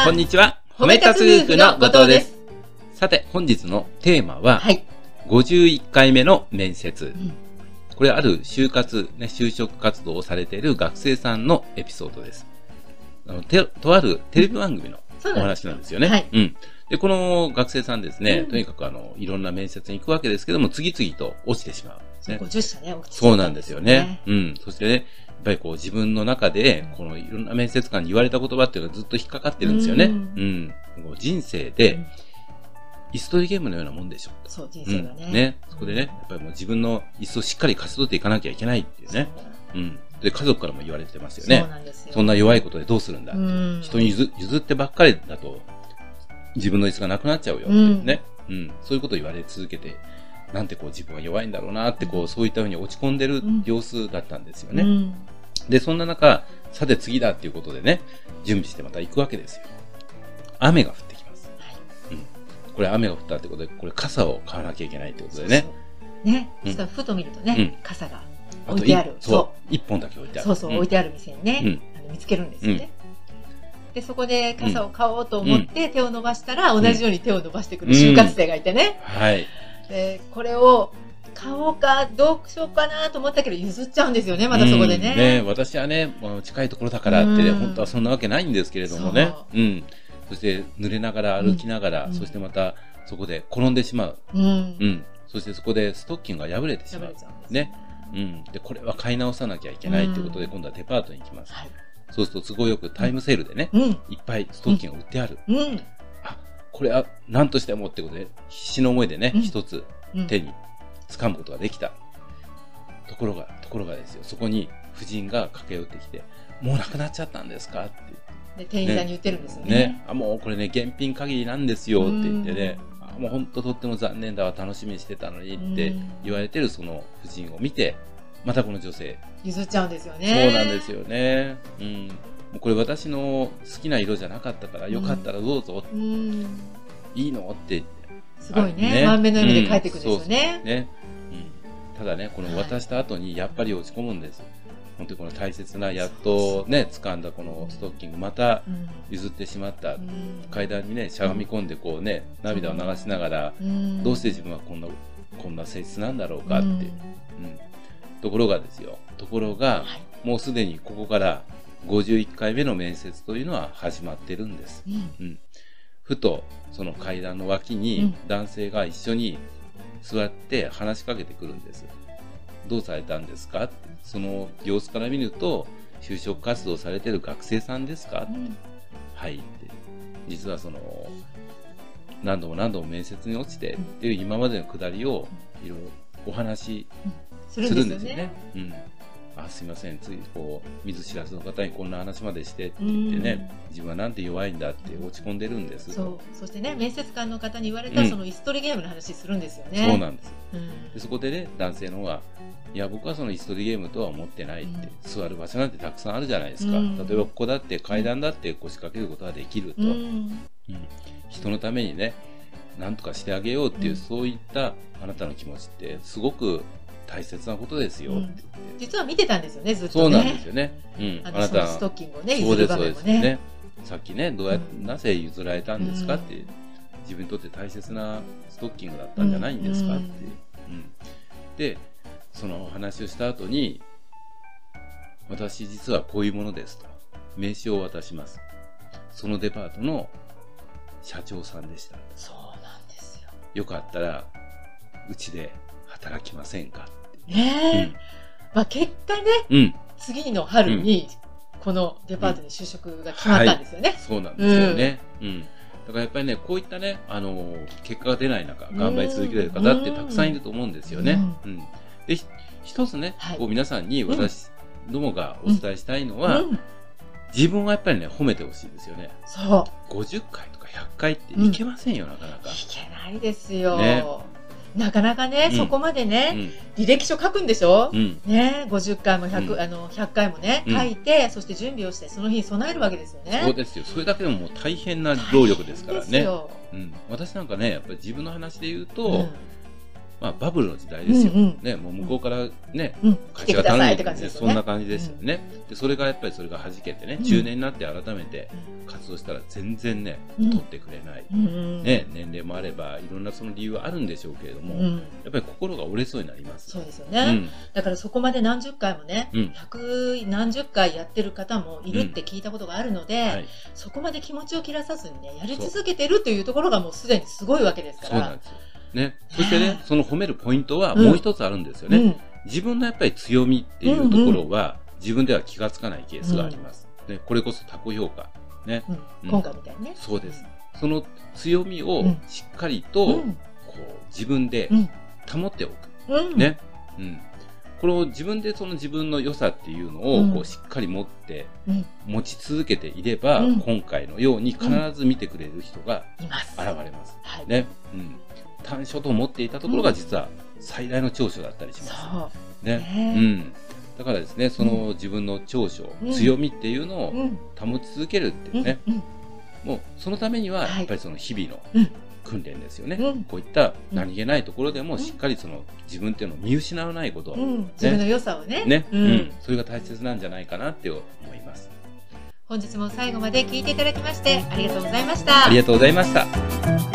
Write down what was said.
こんにちは。褒め立つ夫婦の後藤です。さて、本日のテーマは、51回目の面接。これある就職活動をされている学生さんのエピソードです。とあるテレビ番組のお話なんですよね。で、この学生さんですね、とにかくいろんな面接に行くわけですけども、次々と落ちてしまう、ね。 50社ね、落ちてしまう、 そうなんですよね。そしてね、やっぱり自分の中で、いろんな面接官に言われた言葉っていうのがずっと引っかかってるんですよね。人生で、椅子取りゲームのようなもんでしょ。 そう、人生がね。 そこでね、やっぱりもう自分の椅子をしっかり勝ち取っていかなきゃいけないっていうね。で、家族からも言われてますよね。 そうなんですよ。 そんな弱いことでどうするんだって。人に譲ってばっかりだと、自分の椅子がなくなっちゃうよってね。そういうことを言われ続けて、なんて自分は弱いんだろうなってそういったふうに落ち込んでる様子だったんですよね。で、そんな中、さて次だっていうことでね、準備してまた行くわけですよ。雨が降ってきます。これ雨が降ったってことで、これ傘を買わなきゃいけないってことでね。 ね。しかもふと見るとね、傘が置いてある。 そう。一本だけ置いてある。 そう、置いてある店にね、見つけるんですよね。で、そこで傘を買おうと思って手を伸ばしたら、同じように手を伸ばしてくる就活生がいてね。で、これを買おうか、どうしようかなと思ったけど、譲っちゃうんですよね、またそこでね。 私はね、近いところだからって、本当はそんなわけないんですけれどもね。そして濡れながら歩きながら、そしてまたそこで転んでしまう。そしてそこでストッキングが破れてしまう。ね。で、これは買い直さなきゃいけないということで、今度はデパートに行きます。そうすると都合よくタイムセールでね、いっぱいストッキングが売ってある。これは何としてもってことで、必死の思いでね、一つ手に掴むことができた。ところがですよ、そこに夫人が駆け寄ってきて、もうなくなっちゃったんですかって。 で、店員さんに言ってるんですよね。 もうこれね、現品限りなんですよって言ってね、もう本当とっても残念だわ、楽しみにしてたのにって言われてるその夫人を見て、またこの女性。 譲っちゃうんですよね。 そうなんですよね。これ私の好きな色じゃなかったから、よかったらどうぞ。いいのって。 すごいね。満面の笑みで帰ってくるんですよね。 ただね、この渡した後にやっぱり落ち込むんです。本当にこの大切な、やっとね、掴んだこのストッキング、また譲ってしまった。階段にね、しゃがみ込んで涙を流しながら、どうして自分はこんな性質なんだろうかって。ところが、もうすでにここから51回目の面接というのは始まってるんです。ふと、その階段の脇に男性が一緒に座って話しかけてくるんです。どうされたんですかって。その様子から見ると、就職活動されてる学生さんですかって。はいって。実は何度も面接に落ちてっていう今までのくだりをいろいろお話しするんですよね。すいません、つい見ず知らずの方にこんな話までしてって言ってね、自分はなんて弱いんだって落ち込んでるんです。 そしてね、面接官の方に言われたその椅子取りゲームの話するんですよね。 そうなんです。でそこでね、男性の方が、いや、僕はその椅子取りゲームとは思ってないって、座る場所なんてたくさんあるじゃないですか。例えばここだって階段だって腰掛けることができると。人のためにね、なんとかしてあげようっていう、そういったあなたの気持ちってすごく大切なことですよって。 実は見てたんですよね、ずっとね。そうなんですよね。 あなたのストッキングをね、譲る場面もね。 さっきね、なぜ譲られたんですかって、自分にとって大切なストッキングだったんじゃないんですかって。で、その話をした後に、私実はこういうものですと。名刺を渡します。そのデパートの社長さんでした。 そうなんですよ。 よかったら、うちで働きませんか。 結果ね、次の春にこのデパートに就職が決まったんですよね。 そうなんですよね。だからやっぱりね、こういったね、結果が出ない中、頑張り続ける方ってたくさんいると思うんですよね。で、一つね、皆さんに私どもがお伝えしたいのは、自分はやっぱりね、褒めてほしいですよね。 そう。 50回とか100回っていけませんよ、なかなか。 いけないですよ。なかなかね、そこまでね、履歴書書くんでしょ、ね、50回も100回もね、書いて、そして準備をして、その日に備えるわけですよね。 そうですよ。それだけでももう大変な労力ですからね。私なんかね、やっぱり自分の話で言うと、 まあバブルの時代ですよ。ね、もう向こうからね、 来てくださいって感じですよね。 そんな感じですよね。で、それがやっぱりそれが弾けてね、中年になって改めて活動したら全然ね、取ってくれない。ね、年齢もあれば、いろんなその理由はあるんでしょうけれども、やっぱり心が折れそうになります。 そうですよね。だからそこまで何十回もね、百何十回やってる方もいるって聞いたことがあるので、そこまで気持ちを切らさずにね、やり続けてるというところがもうすでにすごいわけですから。 そうなんですよ。ね。そしてね、その褒めるポイントはもう一つあるんですよね。自分のやっぱり強みっていうところは、自分では気がつかないケースがあります。で、これこそ他己評価。ね。 今回みたいにね。 そうです。その強みをしっかりと、こう、自分で保っておく。ね。これを自分でその自分の良さっていうのをこうしっかり持って、持ち続けていれば、今回のように必ず見てくれる人が現れます。ね。短所と思っていたところが実は最大の長所だったりします。ね。だからですね、その自分の長所、強みっていうのを保ち続けるっていうね。もうそのためにはやっぱりその日々の訓練ですよね。こういった何気ないところでもしっかりその自分っていうのを見失わないこと。 自分の良さをね。 それが大切なんじゃないかなって思います。 本日も最後まで聞いていただきましてありがとうございました。 ありがとうございました。